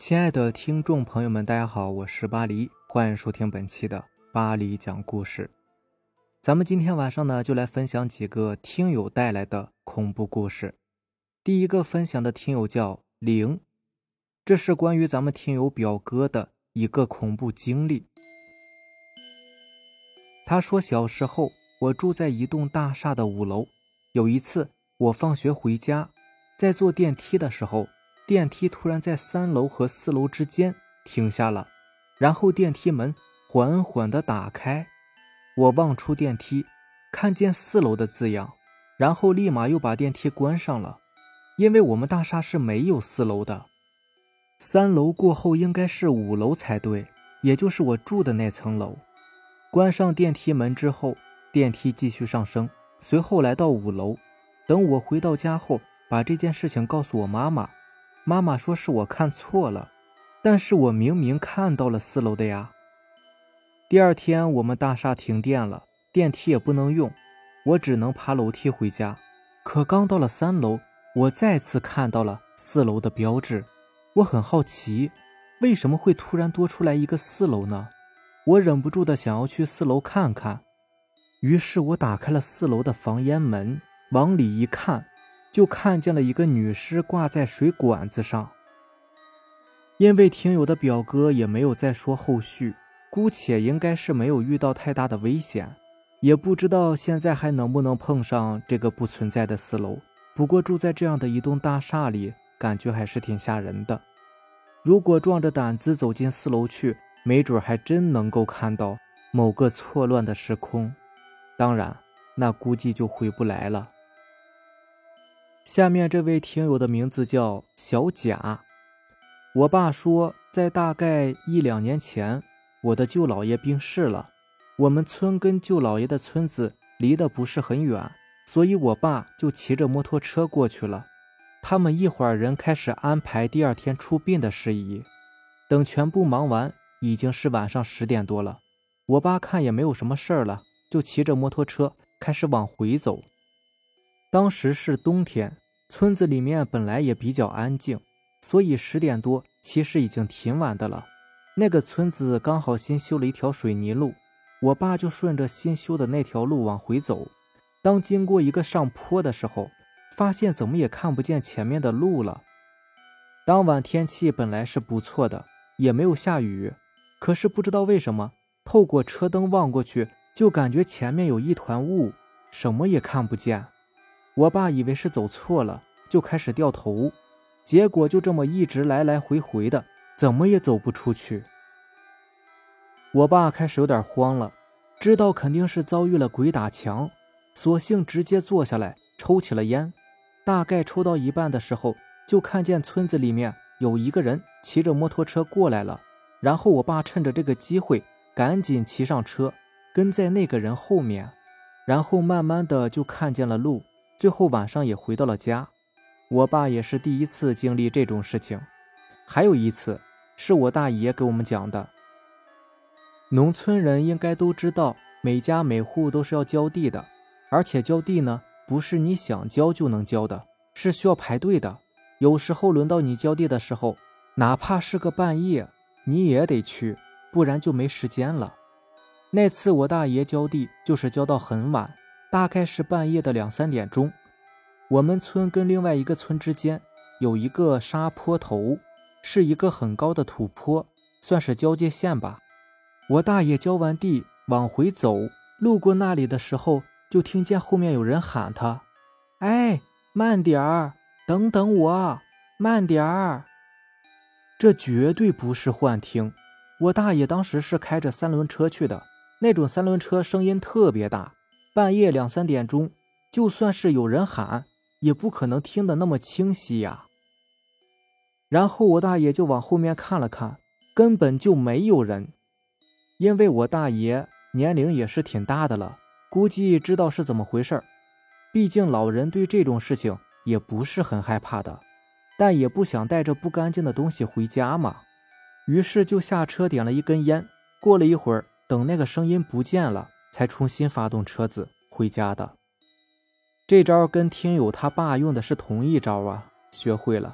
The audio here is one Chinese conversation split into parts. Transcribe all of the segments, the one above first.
亲爱的听众朋友们，大家好，我是巴黎，欢迎收听本期的巴黎讲故事。咱们今天晚上呢，就来分享几个听友带来的恐怖故事。第一个分享的听友叫灵，这是关于咱们听友表哥的一个恐怖经历。他说，小时候我住在一栋大厦的5楼，有一次我放学回家，在坐电梯的时候，电梯突然在3楼和4楼之间停下了，然后电梯门缓缓地打开。我望出电梯，看见4楼的字样，然后立马又把电梯关上了，因为我们大厦是没有4楼的。3楼过后应该是5楼才对，也就是我住的那层楼。关上电梯门之后，电梯继续上升，随后来到5楼。等我回到家后，把这件事情告诉我妈妈，妈妈说是我看错了，但是我明明看到了4楼的呀。第二天我们大厦停电了，电梯也不能用，我只能爬楼梯回家。可刚到了3楼，我再次看到了4楼的标志。我很好奇，为什么会突然多出来一个4楼呢？我忍不住的想要去4楼看看，于是我打开了4楼的房间门，往里一看，就看见了一个女尸挂在水管子上。因为听友的表哥也没有再说后续，姑且应该是没有遇到太大的危险，也不知道现在还能不能碰上这个不存在的4楼。不过住在这样的一栋大厦里，感觉还是挺吓人的。如果壮着胆子走进4楼去，没准还真能够看到某个错乱的时空，当然那估计就回不来了。下面这位听友的名字叫小贾。我爸说，在大概1-2年前，我的舅姥爷病逝了。我们村跟舅姥爷的村子离得不是很远，所以我爸就骑着摩托车过去了。他们一伙人开始安排第2天出殡的事宜。等全部忙完，已经是晚上10点多了。我爸看也没有什么事儿了，就骑着摩托车开始往回走。当时是冬天，村子里面本来也比较安静，所以10点多其实已经挺晚的了。那个村子刚好新修了一条水泥路，我爸就顺着新修的那条路往回走。当经过一个上坡的时候，发现怎么也看不见前面的路了。当晚天气本来是不错的，也没有下雨，可是不知道为什么，透过车灯望过去，就感觉前面有一团雾，什么也看不见。我爸以为是走错了，就开始掉头，结果就这么一直来来回回的，怎么也走不出去。我爸开始有点慌了，知道肯定是遭遇了鬼打墙，索性直接坐下来抽起了烟。大概抽到一半的时候，就看见村子里面有一个人骑着摩托车过来了，然后我爸趁着这个机会赶紧骑上车，跟在那个人后面，然后慢慢的就看见了路，最后晚上也回到了家。我爸也是第一次经历这种事情。还有一次是我大爷给我们讲的。农村人应该都知道，每家每户都是要浇地的，而且浇地呢，不是你想浇就能浇的，是需要排队的。有时候轮到你浇地的时候，哪怕是个半夜，你也得去，不然就没时间了。那次我大爷浇地就是浇到很晚，大概是半夜的2-3点钟。我们村跟另外一个村之间有一个沙坡头，是一个很高的土坡，算是交界线吧。我大爷浇完地往回走，路过那里的时候，就听见后面有人喊他：哎，慢点儿，等等我，慢点儿。这绝对不是幻听，我大爷当时是开着3轮车去的，那种3轮车声音特别大，半夜2-3点钟，就算是有人喊，也不可能听得那么清晰呀。然后我大爷就往后面看了看，根本就没有人。因为我大爷年龄也是挺大的了，估计知道是怎么回事，毕竟老人对这种事情也不是很害怕的，但也不想带着不干净的东西回家嘛。于是就下车点了一根烟，过了一会儿，等那个声音不见了，才重新发动车子回家的。这招跟听友他爸用的是同一招啊，学会了。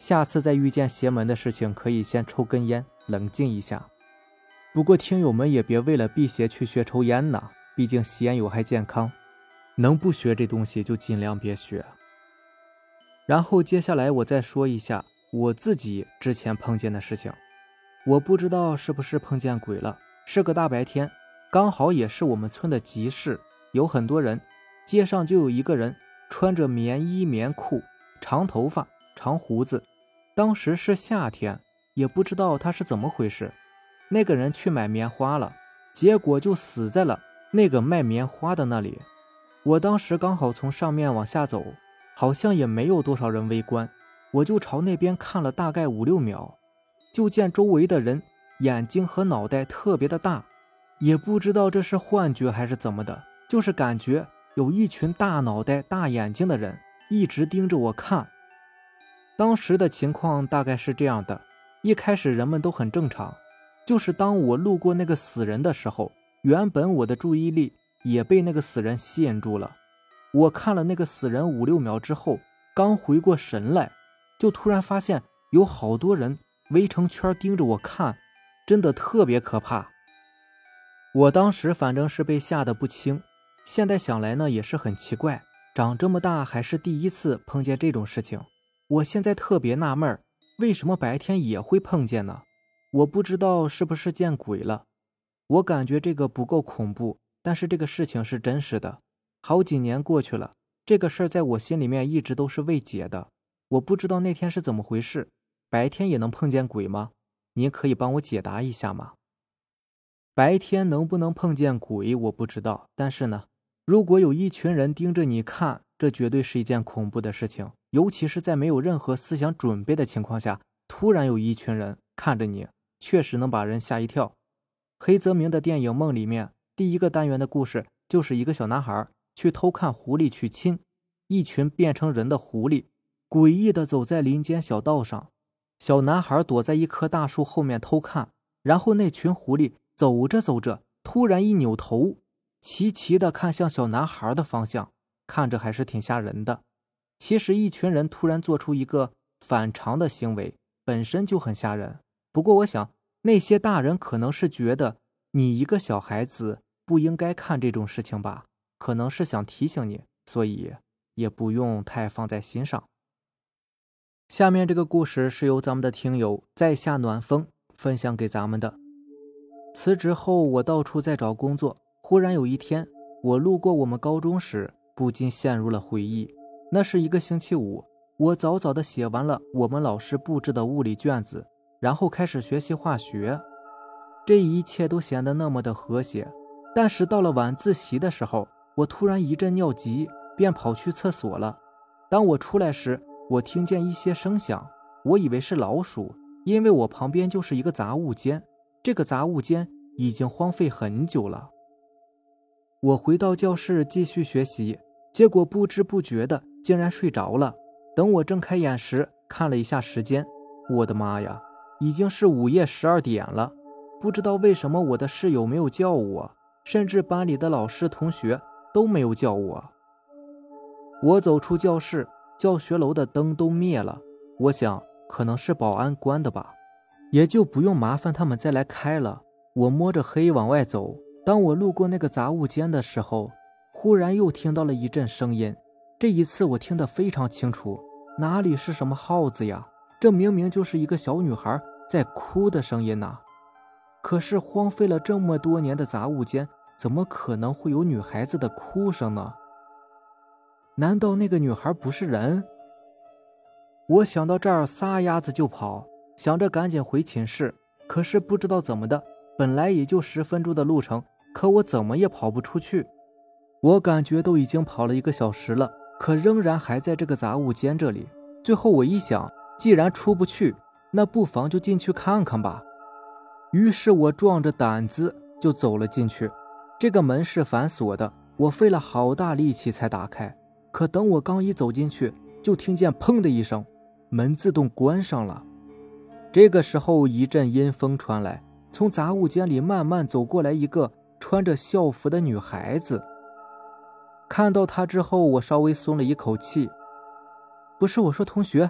下次再遇见邪门的事情，可以先抽根烟，冷静一下。不过听友们也别为了辟邪去学抽烟呐，毕竟吸烟有害健康，能不学这东西就尽量别学。然后接下来我再说一下我自己之前碰见的事情。我不知道是不是碰见鬼了，是个大白天，刚好也是我们村的集市，有很多人，街上就有一个人穿着棉衣棉裤，长头发长胡子，当时是夏天，也不知道他是怎么回事。那个人去买棉花了，结果就死在了那个卖棉花的那里。我当时刚好从上面往下走，好像也没有多少人围观，我就朝那边看了大概5-6秒，就见周围的人眼睛和脑袋特别的大，也不知道这是幻觉还是怎么的，就是感觉有一群大脑袋大眼睛的人一直盯着我看。当时的情况大概是这样的，一开始人们都很正常，就是当我路过那个死人的时候，原本我的注意力也被那个死人吸引住了。我看了那个死人5-6秒之后，刚回过神来，就突然发现有好多人围成圈盯着我看，真的特别可怕。我当时反正是被吓得不轻，现在想来呢也是很奇怪，长这么大还是第一次碰见这种事情。我现在特别纳闷，为什么白天也会碰见呢？我不知道是不是见鬼了。我感觉这个不够恐怖，但是这个事情是真实的。好几年过去了，这个事儿在我心里面一直都是未解的。我不知道那天是怎么回事，白天也能碰见鬼吗？您可以帮我解答一下吗？白天能不能碰见鬼我不知道，但是呢，如果有一群人盯着你看，这绝对是一件恐怖的事情，尤其是在没有任何思想准备的情况下，突然有一群人看着你，确实能把人吓一跳。黑泽明的电影《梦》里面，第一个单元的故事就是一个小男孩去偷看狐狸娶亲，一群变成人的狐狸诡异地走在林间小道上，小男孩躲在一棵大树后面偷看，然后那群狐狸走着走着，突然一扭头，齐齐地看向小男孩的方向，看着还是挺吓人的。其实一群人突然做出一个反常的行为，本身就很吓人。不过我想，那些大人可能是觉得你一个小孩子不应该看这种事情吧，可能是想提醒你，所以也不用太放在心上。下面这个故事是由咱们的听友在下暖风分享给咱们的。辞职后我到处在找工作，忽然有一天我路过我们高中时，不禁陷入了回忆。那是一个星期五，我早早地写完了我们老师布置的物理卷子，然后开始学习化学。这一切都显得那么的和谐，但是到了晚自习的时候，我突然一阵尿急，便跑去厕所了。当我出来时，我听见一些声响，我以为是老鼠，因为我旁边就是一个杂物间，这个杂物间已经荒废很久了。我回到教室继续学习，结果不知不觉的竟然睡着了。等我睁开眼时，看了一下时间，我的妈呀，已经是午夜12点了。不知道为什么我的室友没有叫我，甚至班里的老师同学都没有叫我。我走出教室，教学楼的灯都灭了，我想可能是保安关的吧，也就不用麻烦他们再来开了。我摸着黑往外走，当我路过那个杂物间的时候，忽然又听到了一阵声音。这一次我听得非常清楚，哪里是什么耗子呀，这明明就是一个小女孩在哭的声音呐。可是荒废了这么多年的杂物间，怎么可能会有女孩子的哭声呢？难道那个女孩不是人？我想到这儿撒丫子就跑，想着赶紧回寝室，可是不知道怎么的，本来也就10分钟的路程，可我怎么也跑不出去。我感觉都已经跑了1个小时了，可仍然还在这个杂物间这里。最后我一想，既然出不去，那不妨就进去看看吧。于是我壮着胆子就走了进去。这个门是反锁的，我费了好大力气才打开。可等我刚一走进去，就听见砰的一声，门自动关上了。这个时候一阵阴风传来，从杂物间里慢慢走过来一个穿着校服的女孩子。看到她之后，我稍微松了一口气。不是，我说同学，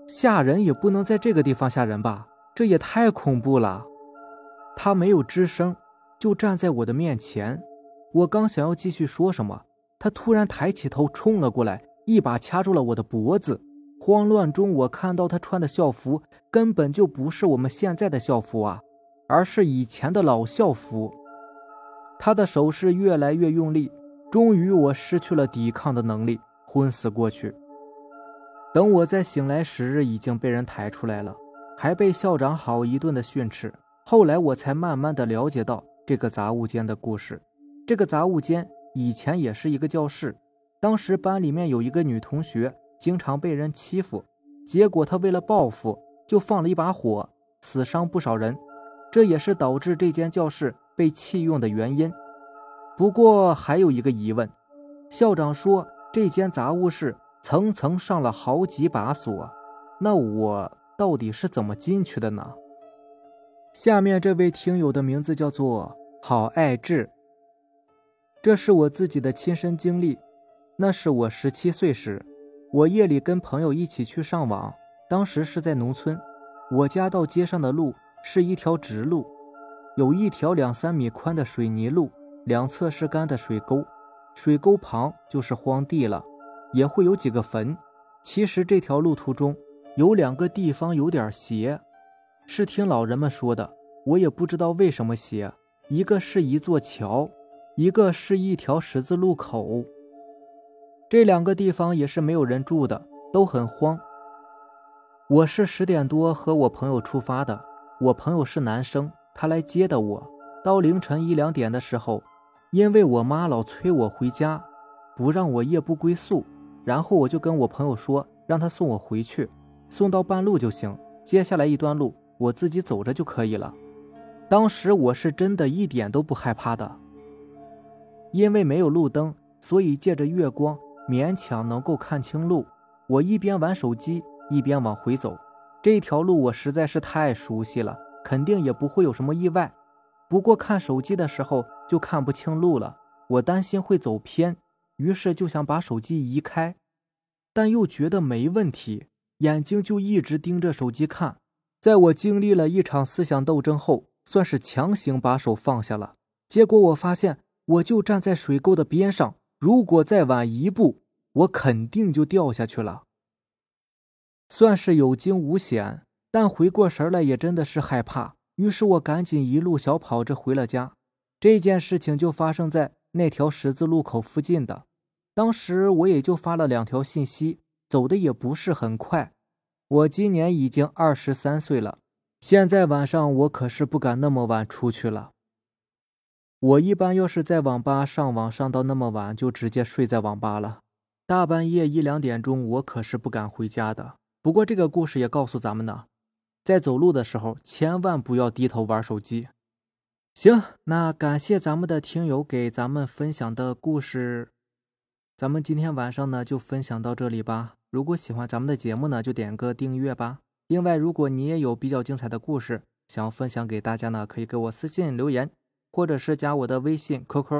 吓人也不能在这个地方吓人吧，这也太恐怖了。他没有吱声，就站在我的面前。我刚想要继续说什么，他突然抬起头冲了过来，一把掐住了我的脖子。慌乱中，我看到他穿的校服根本就不是我们现在的校服啊，而是以前的老校服。他的手势越来越用力，终于我失去了抵抗的能力，昏死过去。等我再醒来时，已经被人抬出来了，还被校长好一顿的训斥。后来我才慢慢的了解到这个杂物间的故事。这个杂物间以前也是一个教室，当时班里面有一个女同学经常被人欺负，结果她为了报复就放了一把火，死伤不少人，这也是导致这间教室被弃用的原因。不过还有一个疑问，校长说这间杂物室层层上了好几把锁，那我到底是怎么进去的呢？下面这位听友的名字叫做好爱智，这是我自己的亲身经历。那是我17岁时，我夜里跟朋友一起去上网，当时是在农村，我家到街上的路是一条直路，有一条2-3米宽的水泥路，两侧是干的水沟，水沟旁就是荒地了，也会有几个坟。其实这条路途中有2个地方有点邪，是听老人们说的，我也不知道为什么邪。一个是一座桥，一个是一条十字路口。这2个地方也是没有人住的，都很荒。我是10点多和我朋友出发的，我朋友是男生，他来接的我。到凌晨1-2点的时候，因为我妈老催我回家，不让我夜不归宿，然后我就跟我朋友说让他送我回去，送到半路就行，接下来一段路我自己走着就可以了。当时我是真的一点都不害怕的，因为没有路灯，所以借着月光勉强能够看清路。我一边玩手机一边往回走，这条路我实在是太熟悉了，肯定也不会有什么意外。不过看手机的时候就看不清路了，我担心会走偏，于是就想把手机移开，但又觉得没问题，眼睛就一直盯着手机看。在我经历了一场思想斗争后，算是强行把手放下了。结果我发现我就站在水沟的边上，如果再晚一步，我肯定就掉下去了。算是有惊无险，但回过神来也真的是害怕，于是我赶紧一路小跑着回了家。这件事情就发生在那条十字路口附近的，当时我也就发了2条信息，走的也不是很快。我今年已经23岁了，现在晚上我可是不敢那么晚出去了。我一般要是在网吧上网上到那么晚，就直接睡在网吧了。大半夜1-2点钟，我可是不敢回家的。不过这个故事也告诉咱们呢，在走路的时候千万不要低头玩手机。行，那感谢咱们的听友给咱们分享的故事，咱们今天晚上呢就分享到这里吧。如果喜欢咱们的节目呢，就点个订阅吧。另外，如果你也有比较精彩的故事想要分享给大家呢，可以给我私信留言，或者是加我的微信 QQ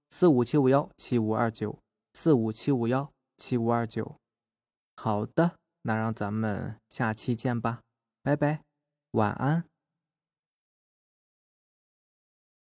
457517529 457517529。好的，那让咱们下期见吧，拜拜，晚安。